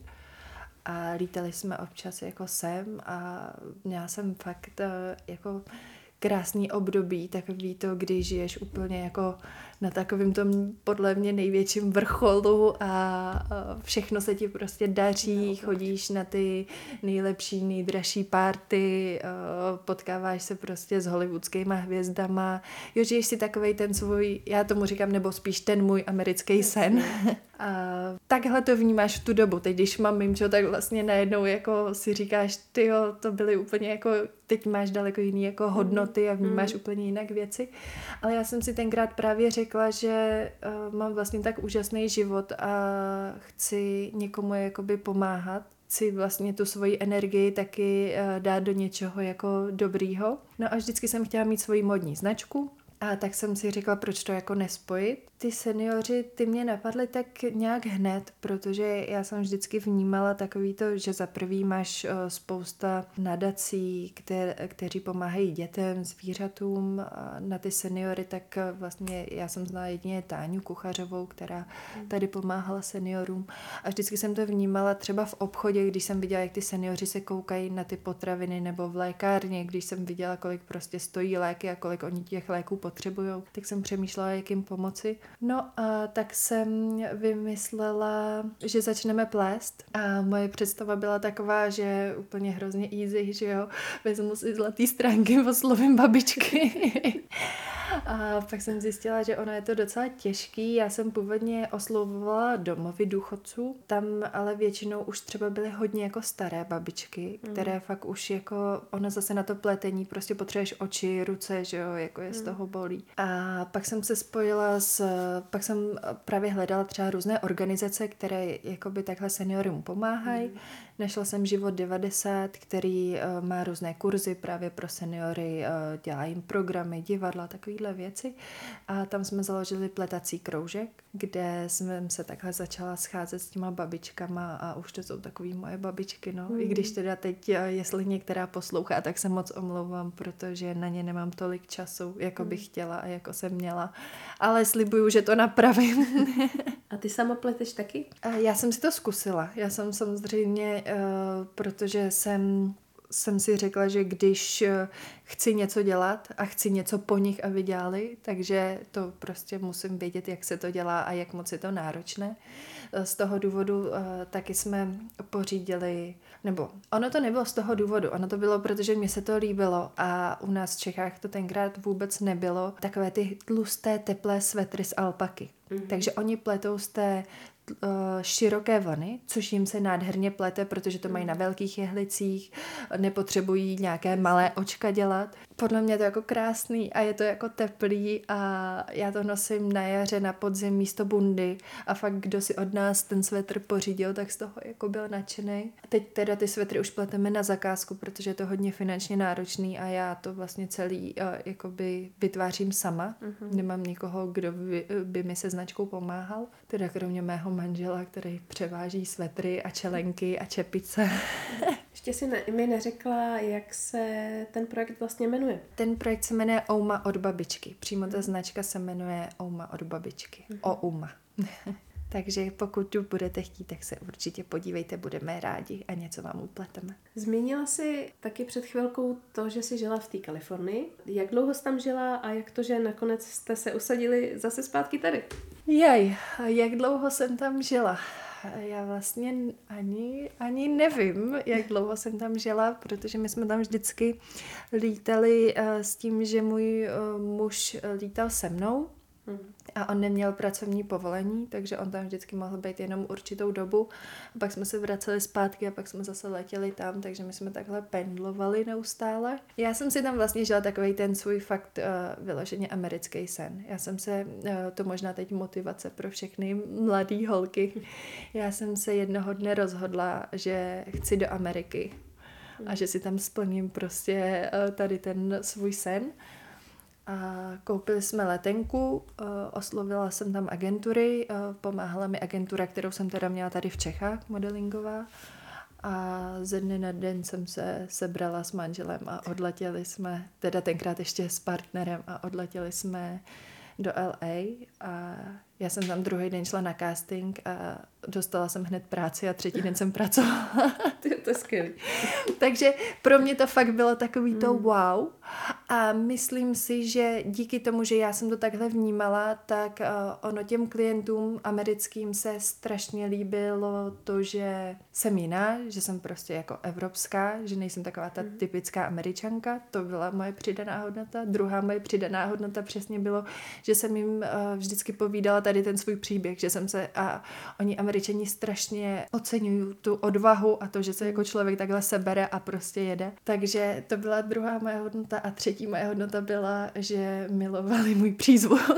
a lítali jsme občas jako sem a měla jsem fakt uh, jako krásný období, takový to, kdy žiješ úplně jako na takovým tom podle mě největším vrcholu a všechno se ti prostě daří, chodíš na ty nejlepší, nejdražší party, potkáváš se prostě s hollywoodskýma hvězdama, jo, žiješ si takovej ten svůj, já tomu říkám, nebo spíš ten můj americký sen. A takhle to vnímáš v tu dobu. Teď, když mám mimčo, tak vlastně najednou jako si říkáš, tyjo, to byly úplně jako, teď máš daleko jiný jako hodnoty a vnímáš mm. úplně jinak věci. Ale já jsem si tenkrát právě řekla, že uh, mám vlastně tak úžasný život a chci někomu jakoby pomáhat. Chci vlastně tu svoji energii taky uh, dát do něčeho jako dobrýho. No a vždycky jsem chtěla mít svoji modní značku. A tak jsem si řekla, proč to jako nespojit. Ty seniori, ty mě napadly tak nějak hned, protože já jsem vždycky vnímala takový to, že za prvý máš spousta nadací, kter, kteří pomáhají dětem, zvířatům. A na ty seniory, tak vlastně já jsem znala jedině Táňu Kuchařovou, která tady pomáhala seniorům. A vždycky jsem to vnímala třeba v obchodě, když jsem viděla, jak ty seniori se koukají na ty potraviny, nebo v lékárně, když jsem viděla, kolik prostě stojí léky a kolik oni těch léků potřebujou, tak jsem přemýšlela, jak jim pomoci. No a tak jsem vymyslela, že začneme plést a moje představa byla taková, že úplně hrozně easy, že jo, vezmu si zlatý stránky, oslovím babičky. A pak jsem zjistila, že ono je to docela těžký. Já jsem původně oslovovala domovy důchodců, tam ale většinou už třeba byly hodně jako staré babičky, mm. které fakt už jako, ono zase na to pletení, prostě potřebuješ oči, ruce, že jo, jako je z toho bolí. A pak jsem se spojila s, pak jsem právě hledala třeba různé organizace, které jakoby takhle seniorům pomáhají. Mm. Našla jsem Život devadesát, který uh, má různé kurzy právě pro seniory, uh, dělá jim programy, divadla, takovýhle věci. A tam jsme založili pletací kroužek, kde jsem se takhle začala scházet s těma babičkama a už to jsou takový moje babičky, no. Mm. I když teda teď, uh, jestli některá poslouchá, tak se moc omlouvám, protože na ně nemám tolik času, jako bych chtěla a jako jsem měla. Ale slibuju, že to napravím. A ty sama pleteš taky? Já jsem si to zkusila. Já jsem samozřejmě, uh, protože jsem jsem si řekla, že když chci něco dělat a chci něco po nich, aby dělali, takže to prostě musím vědět, jak se to dělá a jak moc je to náročné. Z toho důvodu uh, taky jsme pořídili, nebo ono to nebylo z toho důvodu, ono to bylo, protože mě se to líbilo a u nás v Čechách to tenkrát vůbec nebylo. Takové ty tlusté, teplé svetry z alpaky. Mm-hmm. Takže oni pletou z té uh, široké vlny, což jim se nádherně plete, protože to mají na velkých jehlicích, nepotřebují nějaké malé očka dělat. Podle mě je to jako krásný a je to jako teplý a já to nosím na jaře, na podzim místo bundy a fakt kdo si od nás ten svetr pořídil, tak z toho jako byl nadšený. Teď teda ty svetry už pleteme na zakázku, protože je to hodně finančně náročný a já to vlastně celý uh, jakoby vytvářím sama. Mm-hmm. Nemám nikoho, kdo by, by mi se značkou pomáhal. Teda kromě mého manžela, který převáží svetry a čelenky a čepice. Ještě si ne, mi neřekla, jak se ten projekt vlastně jmenuje. Ten projekt se jmenuje Ouma od babičky. Přímo ta značka se jmenuje Ouma od babičky. Mm-hmm. Ouma. Takže pokud tu budete chtít, tak se určitě podívejte, budeme rádi a něco vám upleteme. Zmínila jsi taky před chvilkou to, že jsi žila v té Kalifornii. Jak dlouho jsi tam žila a jak to, že nakonec jste se usadili zase zpátky tady? Jej, jak dlouho jsem tam žila? Já vlastně ani, ani nevím, jak dlouho jsem tam žila, protože my jsme tam vždycky lítali uh, s tím, že můj uh, muž lítal se mnou. Hmm. A on neměl pracovní povolení, takže on tam vždycky mohl být jenom určitou dobu. A pak jsme se vraceli zpátky a pak jsme zase letěli tam, takže my jsme takhle pendlovali neustále. Já jsem si tam vlastně žila takovej ten svůj fakt uh, vyloženě americký sen. Já jsem se, uh, to možná teď motivace pro všechny mladý holky, já jsem se jednoho dne rozhodla, že chci do Ameriky a že si tam splním prostě uh, tady ten svůj sen. A koupili jsme letenku, oslovila jsem tam agentury, pomáhala mi agentura, kterou jsem teda měla tady v Čechách, modelingová. A ze dne na den jsem se sebrala s manželem a odletěli jsme, teda tenkrát ještě s partnerem a odletěli jsme do L A a já jsem tam druhý den šla na casting a dostala jsem hned práci a třetí den jsem pracovala. To je skvělý. Takže pro mě to fakt bylo takový to mm. wow a myslím si, že díky tomu, že já jsem to takhle vnímala, tak uh, ono těm klientům americkým se strašně líbilo to, že jsem jiná, že jsem prostě jako evropská, že nejsem taková ta mm. typická Američanka, to byla moje přidaná hodnota. Druhá moje přidaná hodnota přesně bylo, že jsem jim uh, vždycky povídala tady ten svůj příběh, že jsem se a oni Američani strašně oceňují tu odvahu a to, že se jako člověk takhle sebere a prostě jede. Takže to byla druhá moje hodnota a třetí moje hodnota byla, že milovali můj přízvuk.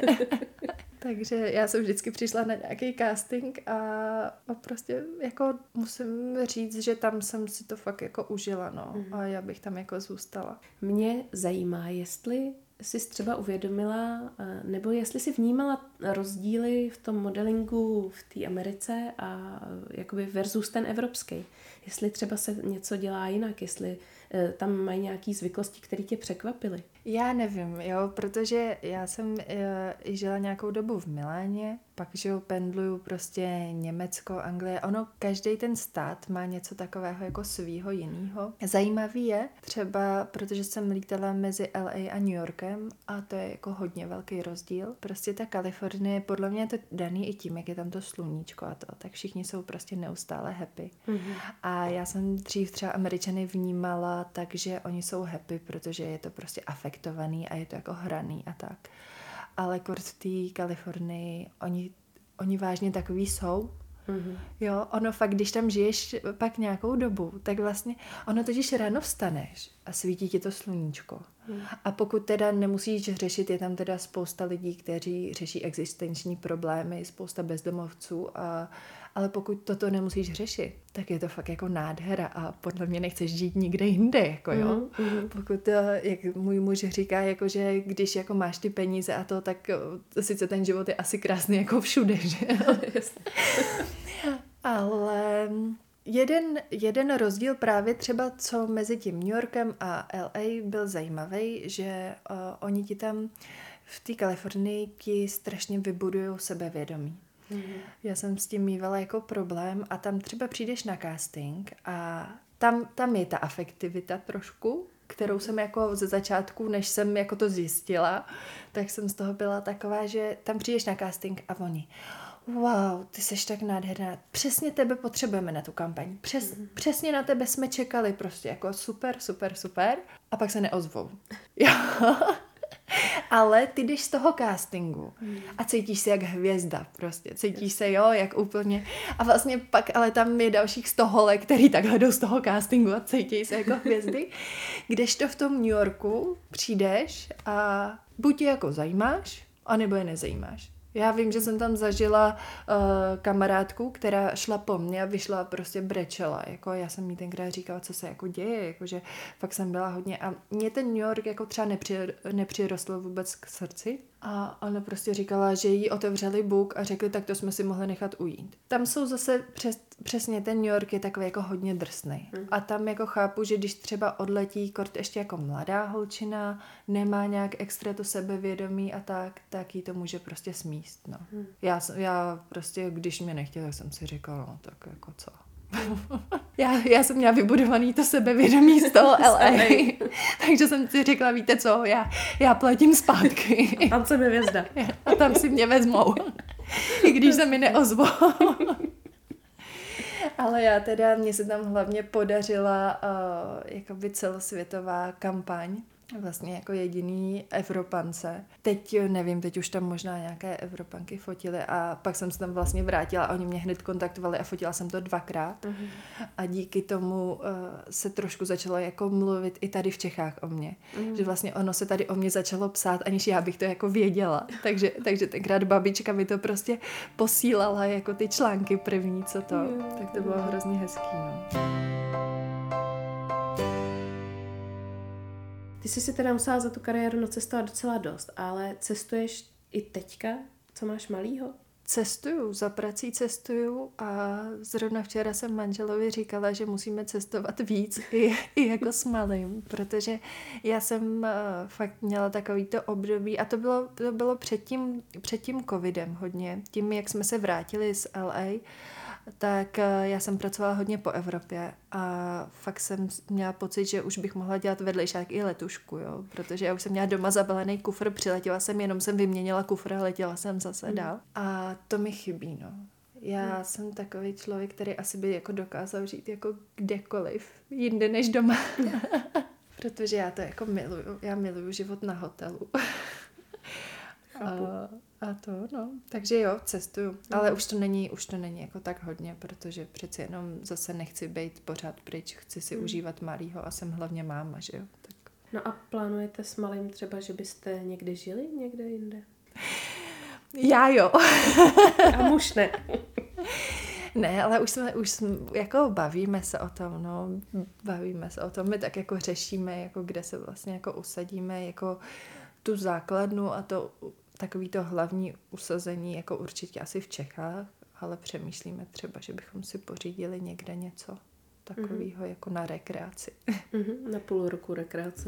Takže já jsem vždycky přišla na nějaký casting a, a prostě jako musím říct, že tam jsem si to fakt jako užila, no. Mm. A já bych tam jako zůstala. Mě zajímá, jestli jsi třeba uvědomila, nebo jestli jsi vnímala rozdíly v tom modelingu v té Americe a jakoby versus ten evropský. Jestli třeba se něco dělá jinak, jestli tam mají nějaký zvyklosti, které tě překvapily. Já nevím, jo, protože já jsem e, žila nějakou dobu v Miláně, pak, že jo, pendluju prostě Německo, Anglie. Ono, každý ten stát má něco takového jako svýho jinýho. Zajímavý je třeba, protože jsem lítala mezi L A a New Yorkem a to je jako hodně velký rozdíl. Prostě ta Kalifornie, podle mě je to daný i tím, jak je tam to sluníčko a to, tak všichni jsou prostě neustále happy. Mm-hmm. A já jsem dřív třeba Američany vnímala tak, že oni jsou happy, protože je to prostě afektovaný a je to jako hraný a tak. Ale kort v té Kalifornii, oni, oni vážně takový jsou. Mm-hmm. Jo, ono fakt, když tam žiješ pak nějakou dobu, tak vlastně, ono totiž ráno vstaneš a svítí ti to sluníčko. Mm. A pokud teda nemusíš řešit, je tam teda spousta lidí, kteří řeší existenční problémy, spousta bezdomovců, a, ale pokud toto nemusíš řešit, tak je to fakt jako nádhera a podle mě nechceš žít nikde jinde, jako jo. Mm. Pokud, jak můj muž říká, jako že když jako máš ty peníze a to, tak sice ten život je asi krásný jako všude, že ale jeden, jeden rozdíl právě třeba, co mezi tím New Yorkem a L A byl zajímavý, že uh, oni ti tam v té Kalifornii ti strašně vybudují sebevědomí. Mm. Já jsem s tím mývala jako problém a tam třeba přijdeš na casting a tam, tam je ta afektivita trošku, kterou jsem jako ze začátku, než jsem jako to zjistila, tak jsem z toho byla taková, že tam přijdeš na casting a oni, wow, ty seš tak nádherná, přesně tebe potřebujeme na tu kampaň, Přes, mm. přesně na tebe jsme čekali, prostě jako super, super, super a pak se neozvou. Ale ty jdeš z toho castingu a cítíš se jak hvězda prostě, cítíš se jo, jak úplně a vlastně pak, ale tam je dalších sto holek, který takhle jdou z toho castingu a cítí se jako hvězdy, kdežto v tom New Yorku přijdeš a buď je jako zajímáš, anebo je nezajímáš. Já vím, že jsem tam zažila uh, kamarádku, která šla po mně a vyšla a prostě brečela. Jako já jsem jí tenkrát říkala, co se jako děje, jakože fakt jsem byla hodně. A mě ten New York jako třeba nepři, nepřirostl vůbec k srdci. A ona prostě říkala, že jí otevřeli book a řekli, tak to jsme si mohli nechat ujít. Tam jsou zase přes, přesně ten New York je takový jako hodně drsnej. Mm. A tam jako chápu, že když třeba odletí kort ještě jako mladá holčina, nemá nějak extra to sebevědomí a tak, tak jí to může prostě smíst. No. Mm. Já, já prostě, když mě nechtěla, tak jsem si říkala, no tak jako co. já, já jsem měla vybudovaný to sebevědomí z toho L A. Takže jsem si řekla, víte co, já, já platím zpátky. A tam se mi hvězda. A tam si mě vezmou. I když se mi neozvou. Ale já teda, mně se tam hlavně podařila uh, jakoby celosvětová kampaň. Vlastně jako jediný Evropance. Teď nevím, teď už tam možná nějaké Evropanky fotily a pak jsem se tam vlastně vrátila a oni mě hned kontaktovali a fotila jsem to dvakrát. Mm-hmm. A díky tomu uh, se trošku začalo jako mluvit i tady v Čechách o mě. Mm-hmm. Že vlastně ono se tady o mě začalo psát, aniž já bych to jako věděla. Takže, takže tenkrát babička mi to prostě posílala jako ty články první, co to. Mm-hmm. Tak to bylo hrozně hezký, no. Ty jsi si teda musela za tu kariéru nacestovat docela dost, ale cestuješ i teďka, co máš malýho? Cestuju, za prací cestuju a zrovna včera jsem manželovi říkala, že musíme cestovat víc i, i jako s malým, protože já jsem uh, fakt měla takovýto období a to bylo, to bylo před tím, před tím covidem hodně, tím, jak jsme se vrátili z L A, tak já jsem pracovala hodně po Evropě a fakt jsem měla pocit, že už bych mohla dělat vedlejšák i letušku, jo, protože já už jsem měla doma zabalený kufr, přiletěla jsem, jenom jsem vyměnila kufr a letěla jsem zase mm. dál. A to mi chybí, no. Já mm. jsem takový člověk, který asi by jako dokázal žít jako kdekoliv, jinde než doma. Protože já to jako miluju, já miluju život na hotelu. A, a to, no. Takže jo, cestuju. Mm. Ale už to není, už to není jako tak hodně, protože přeci jenom zase nechci být pořád pryč, chci si mm. užívat malýho a jsem hlavně máma, že jo. Tak. No a plánujete s malým třeba, že byste někde žili, někde jinde? Já jo. A muž ne. Ne, ale už jsme, už jsme, jako bavíme se o tom, no, bavíme se o tom, my tak jako řešíme, jako kde se vlastně jako usadíme, jako tu základnu a to takový to hlavní usazení, jako určitě asi v Čechách, ale přemýšlíme třeba, že bychom si pořídili někde něco takového mm-hmm. jako na rekreaci. Mm-hmm, na půl roku rekreace.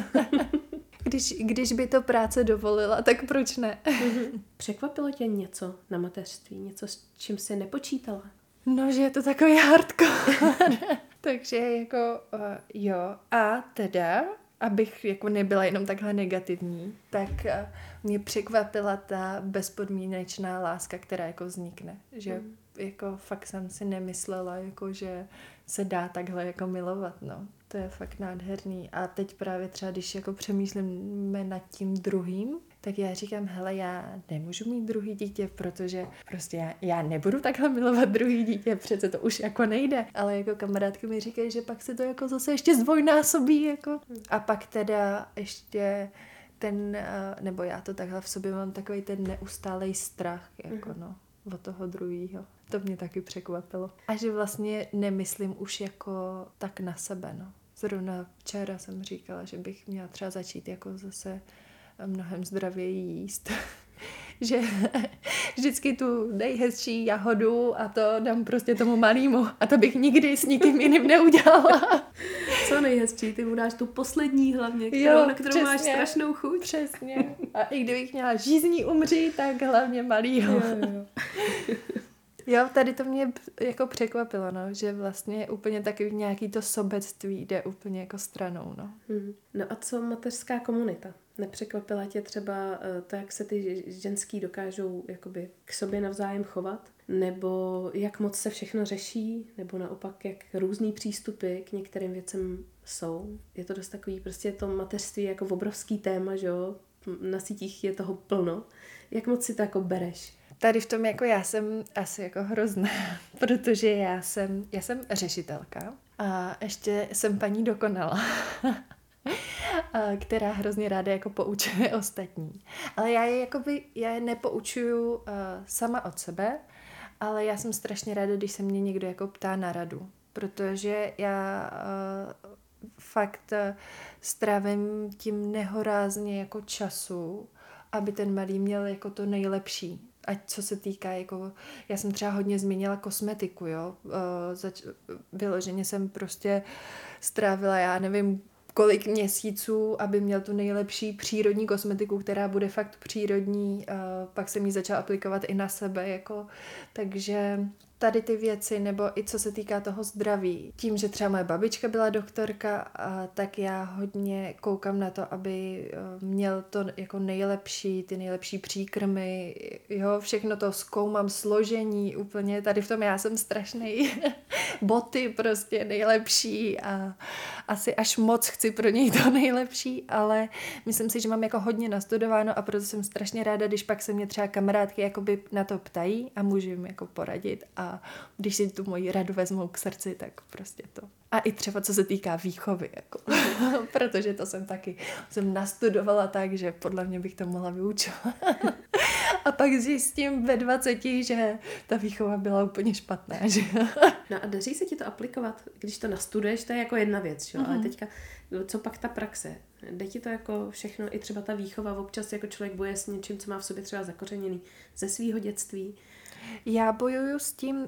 když, když by to práce dovolila, tak proč ne? Mm-hmm. Překvapilo tě něco na mateřství? Něco, s čím jsi nepočítala? No, že je to takový hardcore. Takže jako uh, jo. A teda, abych jako nebyla jenom takhle negativní, tak uh, mě překvapila ta bezpodmínečná láska, která jako vznikne. Že mm. jako fakt jsem si nemyslela, jako že se dá takhle jako milovat, no. To je fakt nádherný. A teď právě třeba, když jako přemýšlíme nad tím druhým, tak já říkám, hele, já nemůžu mít druhý dítě, protože prostě já, já nebudu takhle milovat druhý dítě, přece to už jako nejde. Ale jako kamarádky mi říkají, že pak se to jako zase ještě zdvojnásobí, jako. A pak teda ještě ten, nebo já to takhle v sobě mám takový ten neustálej strach, jako no, od toho druhýho. To mě taky překvapilo. A že vlastně nemyslím už jako tak na sebe, no. Zrovna včera jsem říkala, že bych měla třeba začít jako zase mnohem zdravěji jíst. Že vždycky tu nejhezčí jahodu a to dám prostě tomu malýmu. A to bych nikdy s nikým jiným neudělala. Co nejhezčí, ty mu dáš tu poslední hlavně, kterou, jo, na kterou přesně, máš strašnou chuť. Přesně. A i kdybych měla žízní umřít, tak hlavně malýho. Jo, jo. Jo, tady to mě jako překvapilo, no, že vlastně úplně taky nějaký to sobectví jde úplně jako stranou, no. Hmm. No a co mateřská komunita? Nepřekvapila tě třeba to, jak se ty ženský dokážou jakoby k sobě navzájem chovat? Nebo jak moc se všechno řeší? Nebo naopak, jak různý přístupy k některým věcem jsou? Je to dost takový, prostě to mateřství jako obrovský téma, že jo? Na sítích je toho plno. Jak moc si to jako bereš? Tady v tom jako já jsem asi jako hrozná, protože já jsem, já jsem řešitelka a ještě jsem paní dokonala, která hrozně ráda jako poučuje ostatní. Ale já je jakoby, já je nepoučuju uh, sama od sebe, ale já jsem strašně ráda, když se mě někdo jako ptá na radu, protože já uh, fakt uh, strávím tím nehorázně jako času, aby ten malý měl jako to nejlepší. Ať co se týká, jako, já jsem třeba hodně změnila kosmetiku, jo. Uh, zač- vyloženě jsem prostě strávila, já nevím, kolik měsíců, aby měl tu nejlepší přírodní kosmetiku, která bude fakt přírodní, uh, pak jsem ji začala aplikovat i na sebe, jako, takže tady ty věci, nebo i co se týká toho zdraví. Tím, že třeba moje babička byla doktorka, a tak já hodně koukám na to, aby měl to jako nejlepší, ty nejlepší příkrmy, jo, všechno to zkoumám, složení úplně, tady v tom já jsem strašnej, boty prostě nejlepší a asi až moc chci pro něj to nejlepší, ale myslím si, že mám jako hodně nastudováno a proto jsem strašně ráda, když pak se mě třeba kamarádky jakoby na to ptají a můžu jim jako poradit a když si tu moji radu vezmou k srdci, tak prostě to. A i třeba co se týká výchovy, jako. Protože to jsem taky, jsem nastudovala tak, že podle mě bych to mohla vyučovat. A pak zjistím ve dvaceti, že ta výchova byla úplně špatná, že? No a daří se ti to aplikovat? Když to nastuduješ, to je jako jedna věc, že? Mm-hmm. Ale teďka, co pak ta praxe? Jde ti to jako všechno, i třeba ta výchova, občas jako člověk boje s něčím, co má v sobě třeba zakořeněný ze svýho dětství? Já bojuju s tím, uh,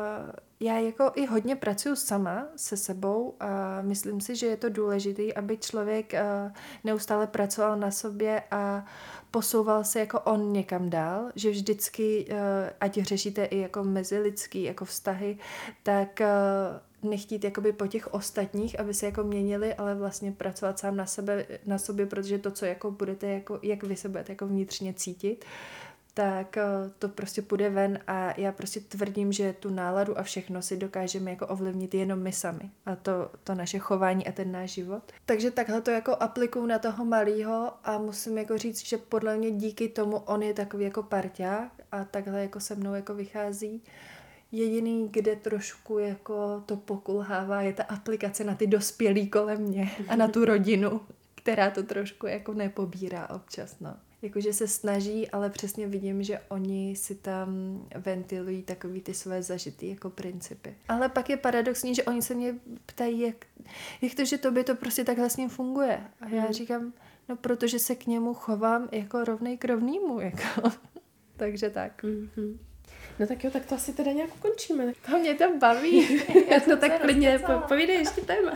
já jako i hodně pracuji sama se sebou a myslím si, že je to důležité, aby člověk uh, neustále pracoval na sobě a posouval se jako on někam dál, že vždycky, uh, ať řešíte i jako mezilidský jako vztahy, tak uh, nechtít jakoby po těch ostatních, aby se jako měnili, ale vlastně pracovat sám na sebe, na sobě, protože to, co jako budete, jako, jak vy se budete jako vnitřně cítit, tak to prostě půjde ven a já prostě tvrdím, že tu náladu a všechno si dokážeme jako ovlivnit jenom my sami a to, to naše chování a ten náš život. Takže takhle to jako aplikuju na toho malýho a musím jako říct, že podle mě díky tomu on je takový jako parťák a takhle jako se mnou jako vychází. Jediný, kde trošku jako to pokulhává, je ta aplikace na ty dospělí kolem mě a na tu rodinu, která to trošku jako nepobírá občas, no. Jakože se snaží, ale přesně vidím, že oni si tam ventilují takový ty své zažitý jako principy. Ale pak je paradoxní, že oni se mě ptají, jak, jak to, že tobě to prostě takhle s ním funguje. A já hmm. říkám, no protože se k němu chovám jako rovnej k rovnýmu, jako. Takže tak. Mm-hmm. No tak jo, tak to asi teda nějak ukončíme. To mě to baví. Já to tak klidně po, povídej ještě téma.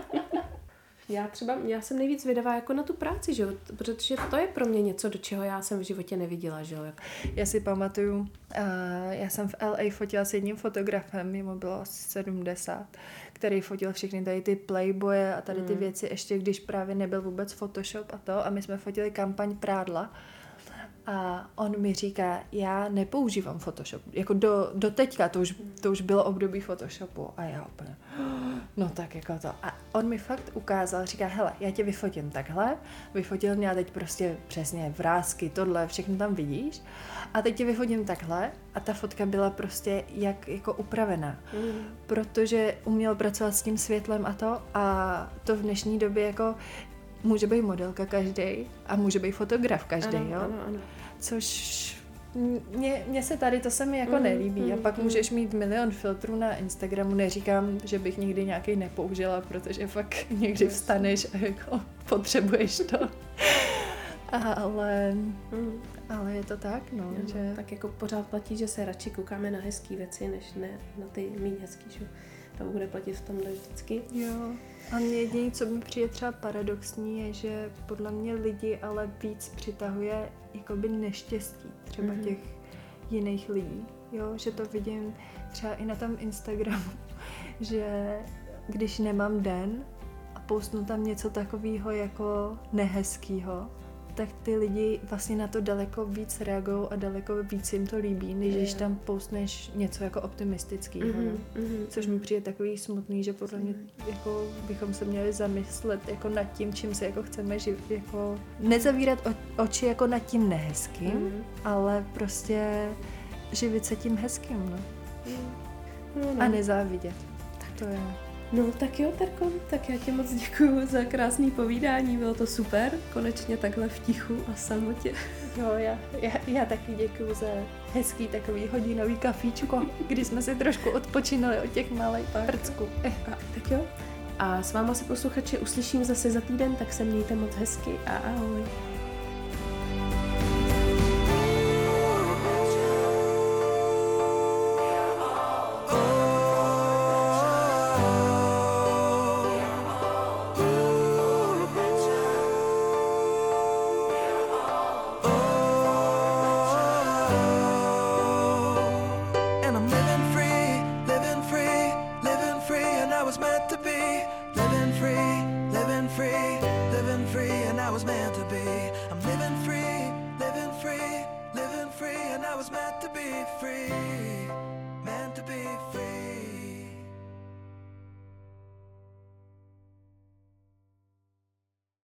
Já třeba, já jsem nejvíc vydavá jako na tu práci, že jo, protože to je pro mě něco, do čeho já jsem v životě neviděla, že jo. Já si pamatuju, uh, já jsem v L A fotila s jedním fotografem, jemu bylo asi sedmdesát, který fotil všechny tady ty playboye a tady ty mm. věci, ještě když právě nebyl vůbec Photoshop a to, a my jsme fotili kampaň prádla. A on mi říká, já nepoužívám Photoshop. Jako do, do teďka, to už, to už bylo období Photoshopu. A já úplně, no tak jako to. A on mi fakt ukázal, říká, hele, já tě vyfotím takhle. Vyfotil mě a teď prostě přesně vrásky, tohle, všechno tam vidíš. A teď tě vyfotím takhle. A ta fotka byla prostě jak jako upravená. Mm. Protože uměl pracovat s tím světlem a to. A to v dnešní době jako může být modelka každý a může být fotograf každý, jo? Ano, ano. Což mně, mně se tady to se mi jako mm, nelíbí. Mm, a pak mm. můžeš mít milion filtrů na Instagramu. Neříkám, že bych nikdy nějaký nepoužila, protože fakt někdy vstaneš a jako potřebuješ to. ale, mm. ale je to tak, no. no že... Tak jako pořád platí, že se radši koukáme na hezký věci, než ne na ty méně hezký, že? To bude platit v tomhle vždycky. Jo. A jediné, co mi přijde třeba paradoxní, je, že podle mě lidi ale víc přitahuje jakoby neštěstí třeba mm-hmm. těch jiných lidí. jo, že to vidím třeba i na tom Instagramu, že když nemám den a postnu tam něco takového jako nehezkýho, tak ty lidi vlastně na to daleko víc reagují a daleko víc jim to líbí, než když tam postneš něco jako optimistického. Mm-hmm, mm-hmm. Což mi přijde takový smutný, že podle mě jako bychom se měli zamyslet jako nad tím, čím se jako chceme živit, jako nezavírat o, oči jako nad tím nehezkým, mm-hmm. ale prostě živit se tím hezkým, no. Mm. No, no. A nezávidět. Tak to je. No tak jo, Terko, tak já ti moc děkuju za krásný povídání, bylo to super, konečně takhle v tichu a samotě. Jo, já, já, já taky děkuju za hezký takový hodinový kafíčko, kdy jsme si trošku odpočinuli od těch malých prcků. A, tak jo, a s váma se posluchači uslyším zase za týden, tak se mějte moc hezky a ahoj. And I'm living free, living free, living free, and I was meant to be. Living free, living free, living free, and I was meant to be. I'm living free, living free, living free, and I was meant to be free.